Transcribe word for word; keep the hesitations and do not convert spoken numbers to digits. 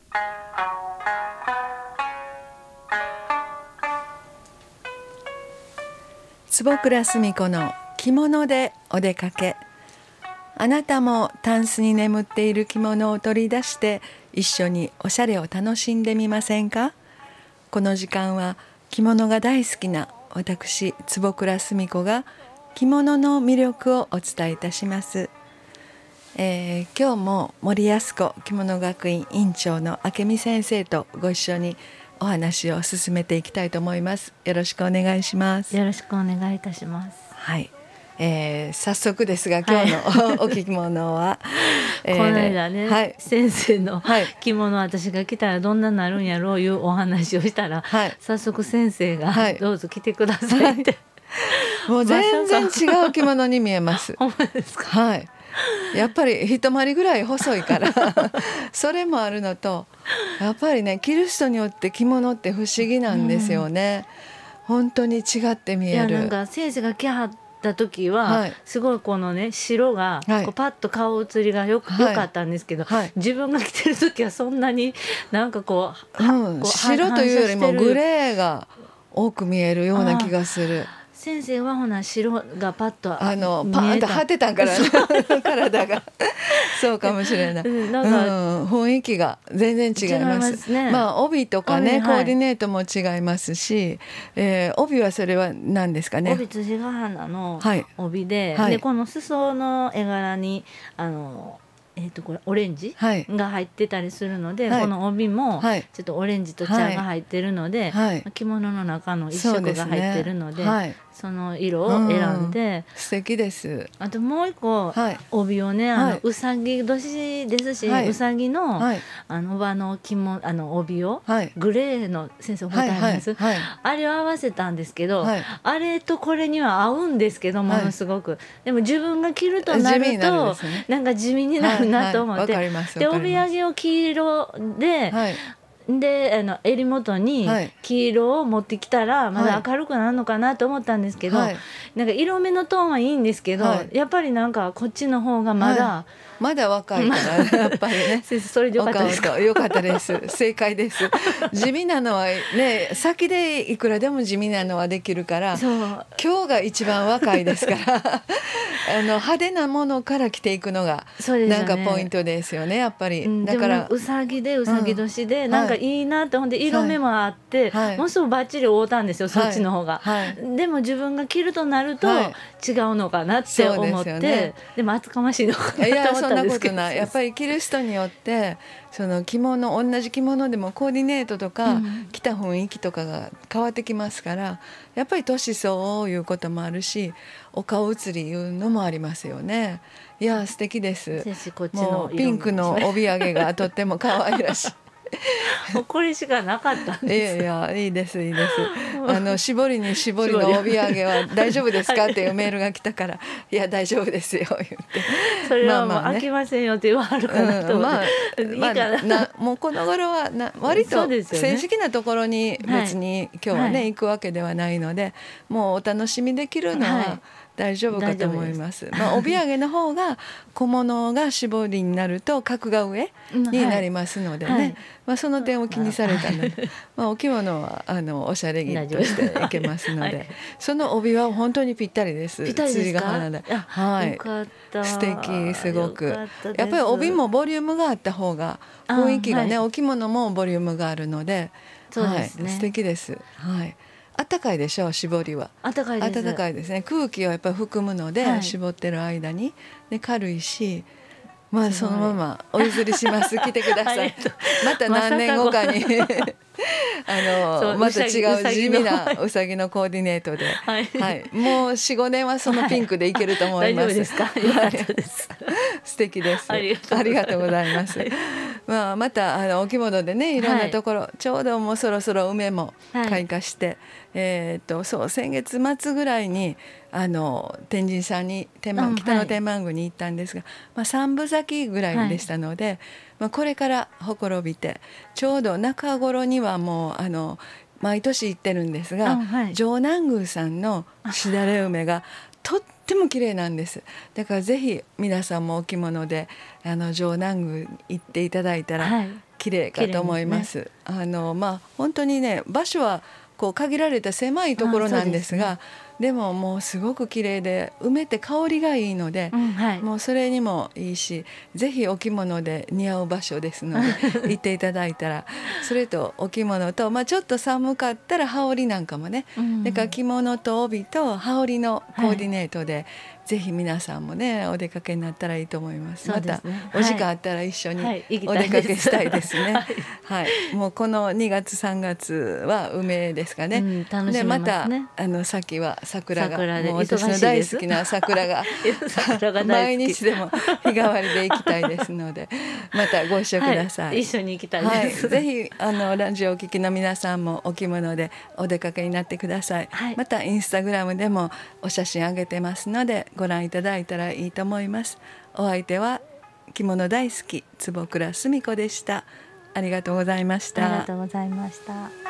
坪倉澄子の着物でお出かけ。あなたもタンスに眠っている着物を取り出して一緒におしゃれを楽しんでみませんか。この時間は着物が大好きな私坪倉澄子が着物の魅力をお伝えいたします。えー、今日も森安子着物学院院長の明美先生とご一緒にお話を進めていきたいと思います。よろしくお願いします。 よろしくお願いいたします。 はい、えー、早速ですが今日の、はい、お着物は、 えー、この間ね、はい、先生の着物、はい、私が着たらどんなになるんやろういうお話をしたら、はい、早速先生が、はい、どうぞ着てくださいって、はい、 もう全然違う着物に見えます。 ほんまですか。 はい、やっぱり一回りぐらい細いからそれもあるのと、やっぱりね着る人によって着物って不思議なんですよね、うん、本当に違って見える。 いやなんか先生が着はった時は、はい、すごいこのね白が、はい、こうパッと顔写りがよく、はい、よかったんですけど、はい、自分が着てる時はそんなになんかこう、 うん、こう白というよりもグレーが多く見えるような気がする。 先生はほな白がパッとあのパーンと張ってたんからね体がそうかもしれない、なんか、うん、雰囲気が全然違います。 違いますね。 まあ帯とかね、 はい、 コーディネートも違いますし、えー、帯はそれは何ですかね。 帯辻ヶ花の帯で、はい、でこの裾の絵柄にあのえー、とこれオレンジが入ってたりするので、はい、この帯もちょっとオレンジと茶が入ってるので、はい、着物の中の一色が入ってるので、 そ, で、ねはい、その色を選んで、 うん、素敵です。 あともう一個、はい、帯をねあの、はい、うさぎ年ですし、はい、うさぎの、はい、あの和の着物あの帯を、はい、グレーの先生覚えてあります、はいはいはい、あれを合わせたんですけど、はい、あれとこれには合うんですけどものすごく、はい、でも自分が着るとなるとな、ね、なんか地味になるなと思って、はいはい、で帯揚げを黄色で、はい、であの襟元に黄色を持ってきたらまだ明るくなるのかなと思ったんですけど、はい、なんか色目のトーンはいいんですけど、はい、やっぱりなんかこっちの方がまだ、はい、 まだ若いからやっぱりねそれでよかったですか。 よかったです正解です。地味なのはね先でいくらでも地味なのはできるから、今日が一番若いですからあの派手なものから着ていくのがなんかポイントですよねやっぱり、うん、 だからうさぎでうさぎ年で、うん、なんかいいなって、ほんで色目もあって、はい、ものすごくバッチリ合うたんですよ、はい、そっちの方が、はい、でも自分が着るとなると違うのかなって思って、はい、で, ね、でも厚かましいのかなと思ったんですけど、 いやそんなことない。やっぱり着る人によってその着物同じ着物でもコーディネートとか、うん、着た雰囲気とかが変わってきますから、やっぱり年相応いうこともあるし、お顔写りいうのもありますよね。いや素敵です。 こっちのもうピンクの帯揚げがとっても可愛らしいこれしかなかったんです。 いやいやいいですいいです。あの絞りに絞りの帯揚げは大丈夫ですかっていうメールが来たから、いや大丈夫ですよ言って、 それはもう飽きませんよって言わはるかなと思って、 うん、まあ、まあ、なもうこの頃はな割と正式なところに別に今日はね、はい、行くわけではないので、もうお楽しみできるのは、はい、大丈夫かと思います。まあ、帯揚げの方が小物が絞りになると格が上になりますのでね、はい、まあ、その点を気にされたので、まあ、お着物はあのおしゃれ着としていけますので、はい、その帯は本当にぴったりです。 ぴったりですか。 はい、 よかった。 素敵すごく。やっぱり帯もボリュームがあった方が雰囲気がね、はい、お着物もボリュームがあるので、 そうですね、 はい、素敵です。はい、暖かいでしょう絞りは。 暖かいです。 暖かいですね。空気をやっぱり含むので、はい、絞ってる間にで軽いし、まあそのままお譲りします来てくださいまた何年後かにあのまた違う地味なうさぎのコーディネートで、はいはい、もう よん,ご 年はそのピンクでいけると思います、はい、 大丈夫ですか。よかったです、 素敵です。 ありがとうございます、はい、まあ、またあのお着物でねいろんなところ、はい、ちょうどもうそろそろ梅も開花して、はい、えー、っとそう先月末ぐらいにあの天神さんに天満、北の天満宮に行ったんですが、まあ、三分咲きぐらいでしたので、はい、まあ、これからほころびてちょうど中頃にはもうあの毎年行ってるんですが、はい、城南宮さんのしだれ梅がとっても綺麗なんです。だからぜひ皆さんもお着物であの城南宮行っていただいたら、はい、 綺麗かと思います。ね、あのまあ本当にね場所はこう限られた狭いところなんですが、でももうすごく綺麗で梅って香りがいいので、うんはい、もうそれにもいいし、ぜひお着物で似合う場所ですので行っていただいたらそれとお着物と、まあ、ちょっと寒かったら羽織なんかもね、うん、だから着物と帯と羽織のコーディネートで、はい、ぜひ皆さんもねお出かけになったらいいと思います。またお時間あったら一緒にお出かけしたいですね。はいはい、もうこのにがつさんがつは梅ですかね。うん、楽しめますね。でまたあの先は桜が桜でもう私の大好きな桜が桜が毎日でも日替わりで行きたいですのでまたご一緒ください。 はい、一緒に行きたいです。 はい、ぜひあのラジオをお聞きの皆さんもお着物でお出かけになってください。はい、またインスタグラムでもお写真上げてますのでご覧いただいたらいいと思います。お相手は着物大好き坪倉澄子でした。ありがとうございました。 ありがとうございました。